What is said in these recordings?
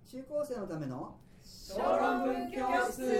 中高生のための小論文教室。 皆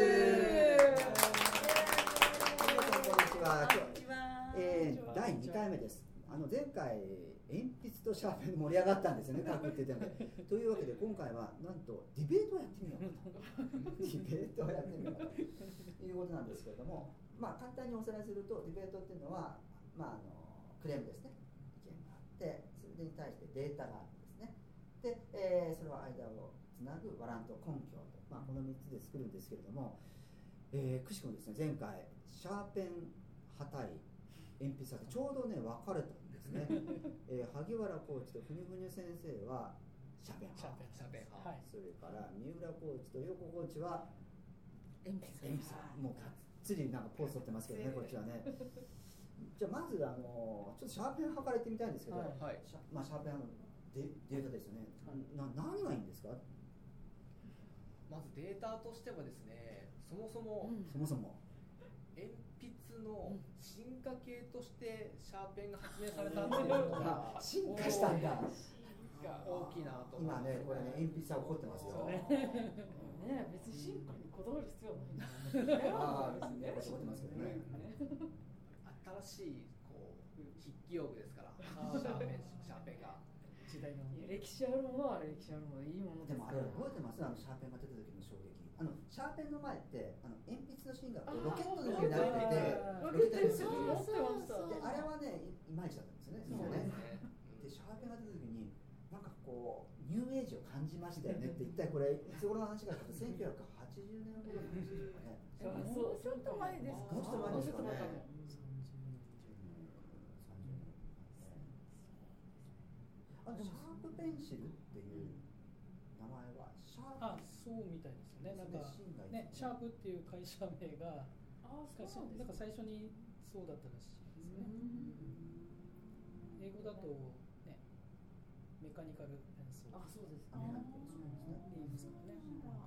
さんこんにちは。第2回目です。前回鉛筆とシャーペンで盛り上がったんですよね、書くって言ってたので。というわけで今回はなんとディベートをやってみようかとディベートをやってみようかということなんですけれども、簡単におさらいするとディベートっていうのは、クレームですね、意見があってそれに対してデータがあるんですね。で、それは間をつなぐワラント根拠と、この3つで作るんですけれども、くしくもですね、前回シャーペン派対鉛筆派でちょうどね分かれたんですね。萩原コーチとふにふに先生はシャーペン派、はい、それから三浦コーチと陽子コーチは鉛筆派、もうがっつりなんかポーズ取ってますけどね、こっちはね。じゃあまずちょっとシャーペン派から言ってみたいんですけど、シャーペン派のデータですよね、何がいいんですか？ まずデータとしてはですね、そもそも鉛筆の進化系としてシャーペンが発明されたっていうのが進化したんだ。 大きなと今ね、これね、鉛筆は怒ってますよ。 別に進化にこだわる必要ないんです怒ってますけどね。 新しい筆記用具ですから、シャーペンが。 時代の歴史あるものは歴史あるものでいいものですから。 でもあれ覚えてます？シャーペンが出た時の衝撃。シャーペンの前って鉛筆の芯がロケットのようになってて、ロケットですよね。であれはね、いまいちだったんですよね。そうですね。でシャーペンが出た時になんかニューエイジを感じましたよねって、一体これいつ頃の話かというと1980年頃の話ですよね。 もうちょっと前ですか？ もうちょっと前ですかね。シャープペンシルっていう名前はシャープ、 そうみたいですよね。なんかね、シャープっていう会社名がなんか最初にそうだったらしいですね。英語だとね、メカニカルペンソール。 そうですね。 言いますからね。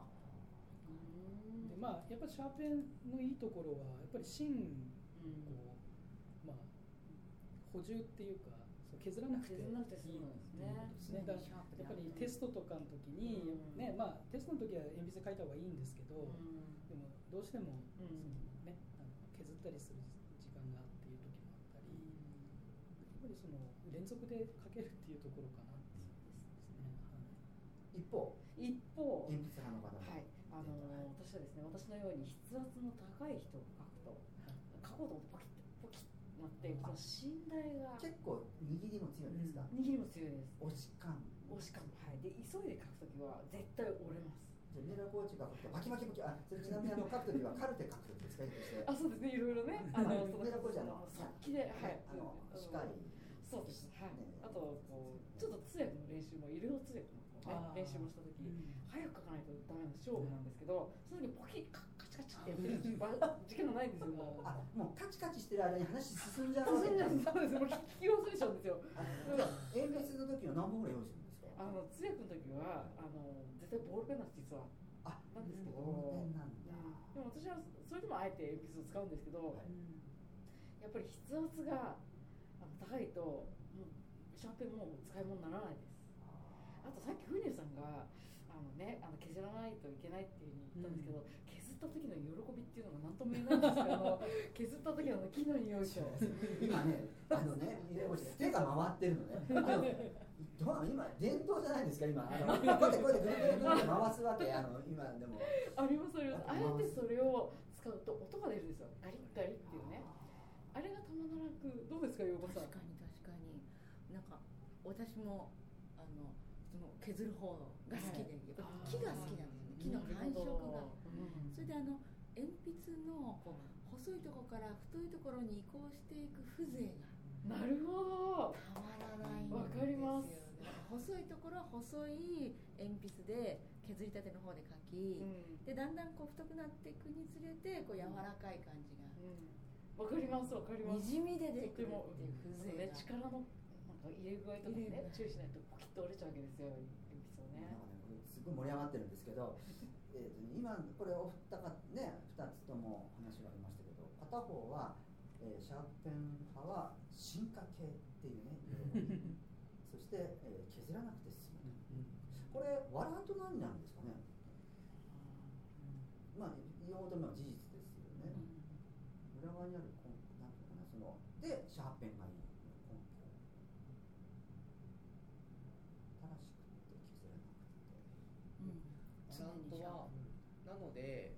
でやっぱりシャーペンのいいところはやっぱり芯を補充っていうか。削らなくていいんですね。だからやっぱりテストとかの時に、テストの時は鉛筆で書いた方がいいんですけど、でもどうしても削ったりする時間がっていう時もあったり、やっぱり連続で書けるっていうところかなっていうですね。 一方鉛筆派の方は、 私はですね、私のように筆圧の高い人を書こうと思ってポキッなって、その信頼が結構握りも強いですか？ 握りも強いです。 押し感、 はい。で急いで書くときは絶対折れます。 じゃあ三浦コーチが書くとバキバキそれちなみに書くときはカルテ書くときですか？ そうですね、いろいろね。 三浦コーチさっきで、 しっかり。 そうです。はい。あとちょっと通訳の練習も医療通訳の練習もしたとき、早く書かないとダメな勝負なんですけど、その時ポキッカチカチってやってる時間がないんですよ。もうカチカチしてる間に話進んじゃうわけです。 そうです。もう聞き忘れちゃうんですよ。 鉛筆の時は何本ぐらい用意するんですか？ 通訳の時は絶対ボールペンなんです、実は。なんですけど、 ボールペンなんだ。 でも私はそれでもあえて鉛筆を使うんですけど、やっぱり筆圧が高いともうシャーペンも使い物にならないです。あとさっきフニューさんが削らないといけないっていう風に言ったんですけど、削った時の喜びっていうのが何とも言えないんですけど、削った時の木の匂いと今ね手が回ってるのね。今電動じゃないですか？今こうやってぐるぐるって回すわけ。今でもあります。あえてそれを使うと音が出るんですよ。ガリッガリっていうね。あれがたまらなく。どうですか、陽子さん？ 確かになんか私もその削る方が好きで、やっぱ木が好きなんですよね。木の感触が。それで鉛筆の細いところから太いところに移行していく風情がなるほどたまらないんですよね。 わかります。 細いところは細い鉛筆で削りたての方で書き、でだんだん太くなっていくにつれて柔らかい感じが。 わかります。 にじみ出てくるっていう風情が。 力の入れ具合とかね、注意しないとポキッと折れちゃうわけですよ、鉛筆をね。 すごい盛り上がってるんですけど、今これお二つとも話がありましたけど、片方は、シャーペン派は進化系っていうねそして、削らなくて済むと、これワラントと何になるんですかね。まあ言おうと思えば事実ですよね。裏側にあるなんていうかな、そのでシャーペンがいい根拠、正しくて削れなくて、 ちゃんとはなので、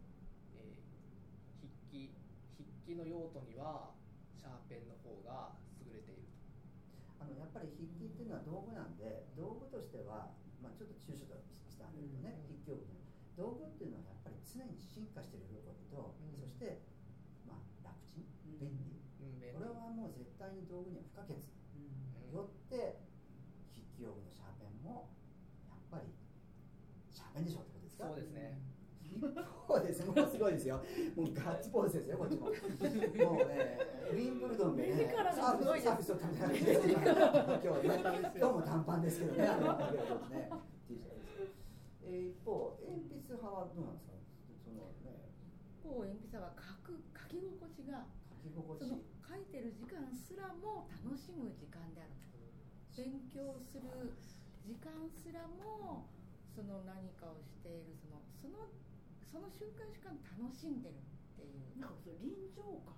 筆記の用途にはシャーペンの方が優れていると。 やっぱり筆記っていうのは道具なんで、道具としては、まあ、ちょっと抽象としてあるとね、筆記用具の道具っていうのはやっぱり常に進化していることと、そして、まあ、楽ちん、便利、これはもう絶対に道具には不可欠、よって筆記用具のシャーペンもやっぱりシャーペンでしょってことですか。 そうですね。 そうです、もうすごいですよ。もうガッツポーズですよ、こっちも。もうね、ウィンブルドンでね、サーフィスを食べたいですね。今日も短パンですけどね、ね、T シャツです。一方、鉛筆派はどうなんですか。そのね、 鉛筆は書き心地が、その書いてる時間すらも楽しむ時間である。勉強する時間すらも、その何かをしているその瞬間しか楽しんでるっていう。 なんかそれ臨場感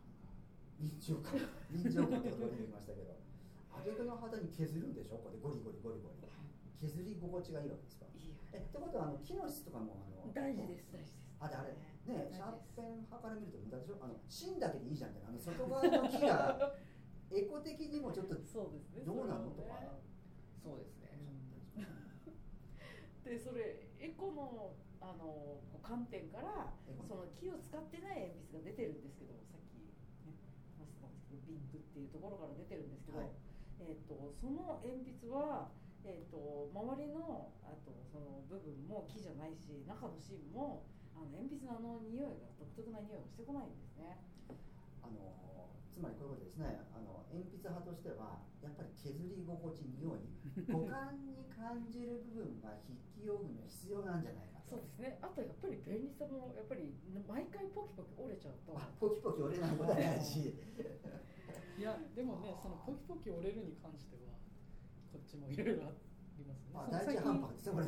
ってことが出てきましたけど、挙句の果てに削るんでしょ、これゴリゴリ削り心地がいいわけですか。ってことは木の質とかも大事です。 あれね、シャーペン派から見ると無駄でしょ。芯だけでいいじゃんみたいな、外側の木がエコ的にもちょっとどうなのとか。 そうですね。 でそれエコの観点からその木を使ってない鉛筆が出てるんですけど、さっき、ね、話してたんですけどビンクっていうところから出てるんですけど、その鉛筆は、周りのその部分も木じゃないし、中の芯も鉛筆の匂いが独特な匂いをしてこないんですね。 つまりこういうことですね。鉛筆派としてはやっぱり削り心地、匂い、五感に感じる部分が筆記用具には必要なんじゃないかと。 そうですね。あとやっぱり便利さもやっぱり毎回ポキポキ折れちゃうと。 ポキポキ折れないことはないし。 いやでもね、そのポキポキ折れるに関してはこっちもいろいろありますね。 第一反発ですねこれ。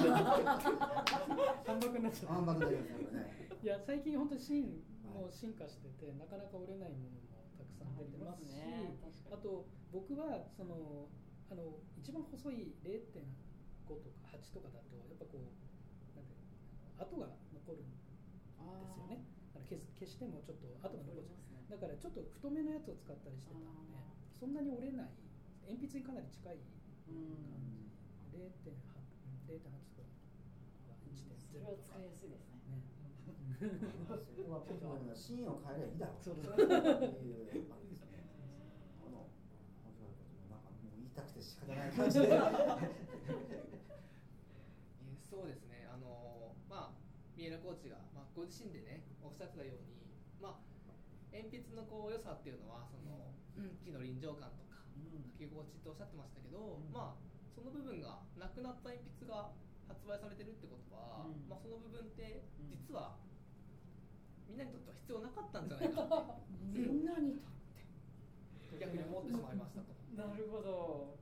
反爆になっちゃう。 反爆になりますね。 いや最近本当に芯も進化してて、なかなか折れないものもたくさん出てますし、あと僕はその一番細い 0.5 とか8とかだとやっぱこうなんて跡が残るんですよね。消してもちょっと跡が残っちゃう。だからちょっと太めのやつを使ったりしてたので、そんなに折れない、鉛筆にかなり近い感じ。0.8 とか1.0。 それは使いやすいですね。 そこはポキポキの芯を変えればいいだろう。そうですね。痛くて仕方ない感じでそうですね。三浦コーチが、ご自身でねおっしゃってたように、鉛筆の良さっていうのはその木の臨場感とか書き心地っておっしゃってましたけど、その部分がなくなった鉛筆が発売されてるってことは、その部分って実はみんなにとっては必要なかったんじゃないかってみんなにとって逆に思ってしまいましたと。 なるほど。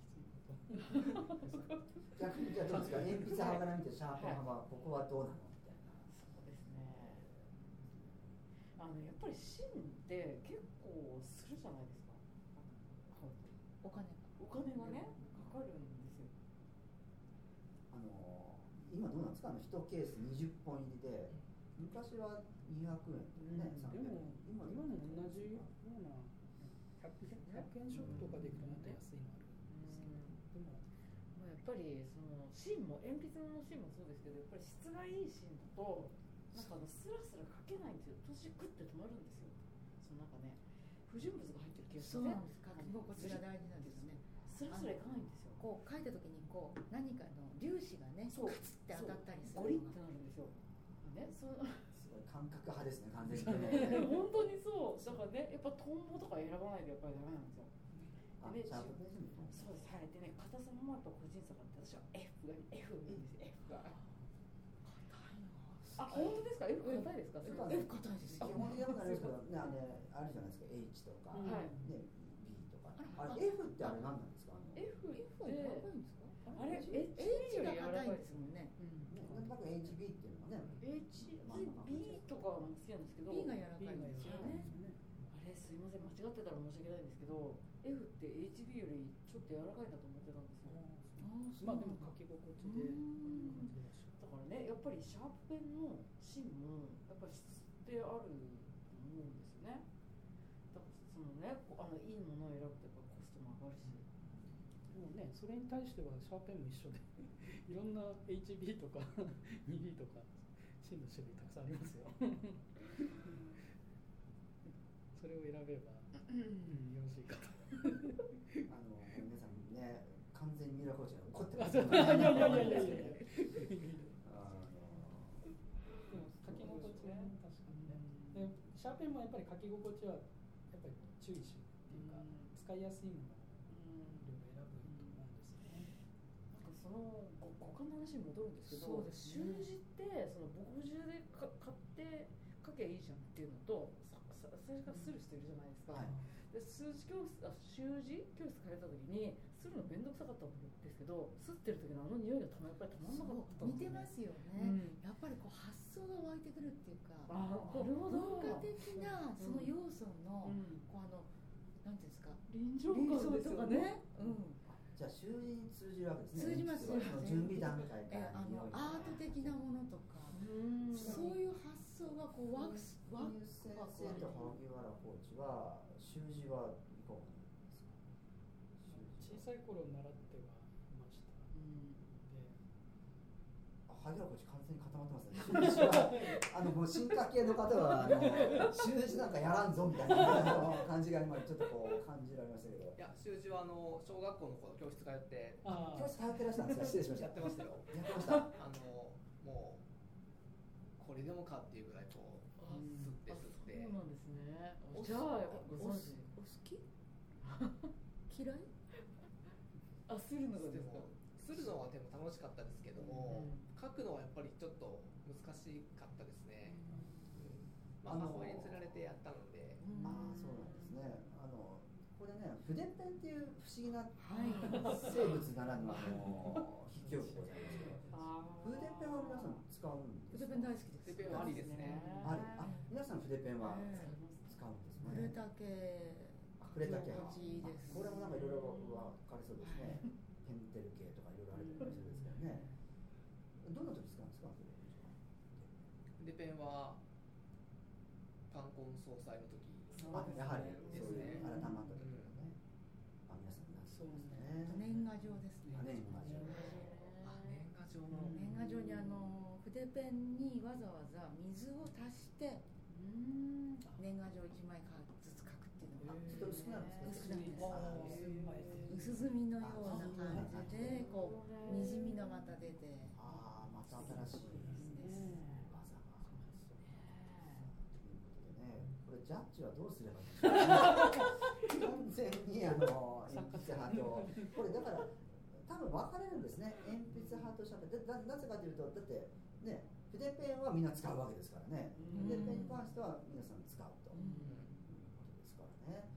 逆にじゃあどうですか、鉛筆派から見てシャーペン派はここはどうなのみたいな。 そうですね。やっぱり芯って結構するじゃないですか。 お金がねかかるんですよ。 今どうなんですか、1ケース20本入りで昔は200円ね、300円。 今も同じような100円ショップとかで行くともっと安いのあるんですけど、でもやっぱりその芯も鉛筆の芯もそうですけど、やっぱり質がいい芯だとなんかスラスラ書けないんですよ。途中グッて止まるんですよ。そのなんかね、不純物が入ってる気がするね。 書き心地が大事なんですよね。 スラスラいかないんですよ。 こう書いた時に何かの粒子がね、カツって当たったりする。 ゴリってなるんですよ。ね、 すごい感覚派ですね、完全に。 本当にそう。だからね、やっぱトンボとか選ばないとやっぱりダメなんですよ。そうです。はい。でね、硬さもやっぱ個人差があって、私は F がいいんですよ。F が。硬いの。本当ですか？ F 硬いですか ？F 硬いです。 基本的にはないですけど、ね、あるじゃないですか、H とか、ね、B とか。F ってあれ何なんですか？ F って柔らかいんですか？ あれ H が硬いんですもんね。 B っていうのがね B とかも好きなんですけど B が柔らかいんですよね。 あれすいません間違ってたら申し訳ないんですけど F って HB よりちょっと柔らかいなと思ってたんですよ。 まあでも書き心地でだからねやっぱりシャープペンの芯もやっぱり質ってあると思うんですよね。だからそのねいいものを選ぶとやっぱコストも上がるし。 でもねそれに対してはシャーペンも一緒でいろんな HB とか 2B とか芯の種類たくさんありますよそれを選べば、よろしいかと皆さんね完全にミラーコーチが怒ってますいやいやいやいやいやでも書き心地ね確かにねでシャーペンもやっぱり書き心地はやっぱり注意しっていうか、使いやすいものその五感の話に戻るんですけど、習字ってその墨汁で買って書けばいいじゃんっていうのと最初からスルしてるじゃないですか、で習字教室通った時にするの面倒くさかったんですけど吸ってる時の匂いがやっぱりたまんなかったんですよね。 似てますよね、やっぱりこう発想が湧いてくるっていうか文化的なその要素の、こうなんていうんですか臨場感とかね、 じゃあ習字に通じるわけですね。 通じますよね。 準備段階からアート的なものとか、そういう発想がこう湧く。 先生と萩原コーチは習字はいかがですか？ 小さい頃習ってはいました。 萩原コーチ完全に固まってますね。習字はもう進化系の方は習字なんかやらんぞみたいな感じが今ちょっとこう感じられましたけど。 いや習字は小学校の頃教室通って教室通ってらっしゃるんですか？失礼しました。 やってましたよ。 やってました。 もうこれでもかっていうぐらいこう吸ってそうなんですね。じゃあご存知お好き嫌いするのがですか？ するのはでも楽しかったですけども、書くのはやっぱりちょっと難しかったですね。母親に釣られてやったので。 そうなんですね。これね、筆ペンっていう不思議な生物ならぬ筆記用具ございますけど、筆ペンは皆さん使うんですか？ 筆ペン大好きです。 筆ペンはありですね。 皆さん筆ペンは使うんですね。 筆竹これもなんかいろいろ分かれそうですね。ペンテル系とかいろいろあると思うんですけどね。どんな時使うんですか？ 筆ペンは冠婚葬祭の時。 やはりそういう改まった時のね。皆さんそうですね。 年賀状ですね。 年賀状に筆ペンにわざわざ水を足して年賀状1枚ずつ書くっていうのがちょっと薄くなるんですか？ 薄墨のような感じでこうにじみがまた出てまた新しい技がこれジャッジはどうすればいいですか？完全に鉛筆派とこれだから多分分かれるんですね。鉛筆派とシャーペンなぜかというとだってね筆ペンはみんな使うわけですからね。筆ペンに関しては皆さん使うということですからね。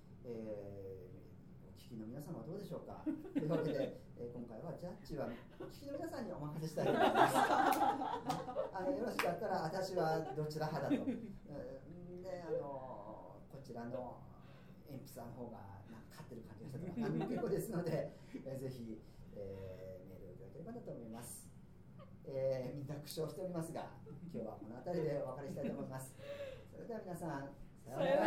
お聞きの皆様はどうでしょうか？というわけで、今回はジャッジはお聞きの皆さんにお任せしたいと思います。よろしかったら私はどちら派だと。でこちらの鉛筆の方が勝ってる感じがしたとか結構ですので、ぜひ、メールをいただければなと思います。みんな苦笑しておりますが、今日はこの辺りでお別れしたいと思います。それでは皆さん、さようなら。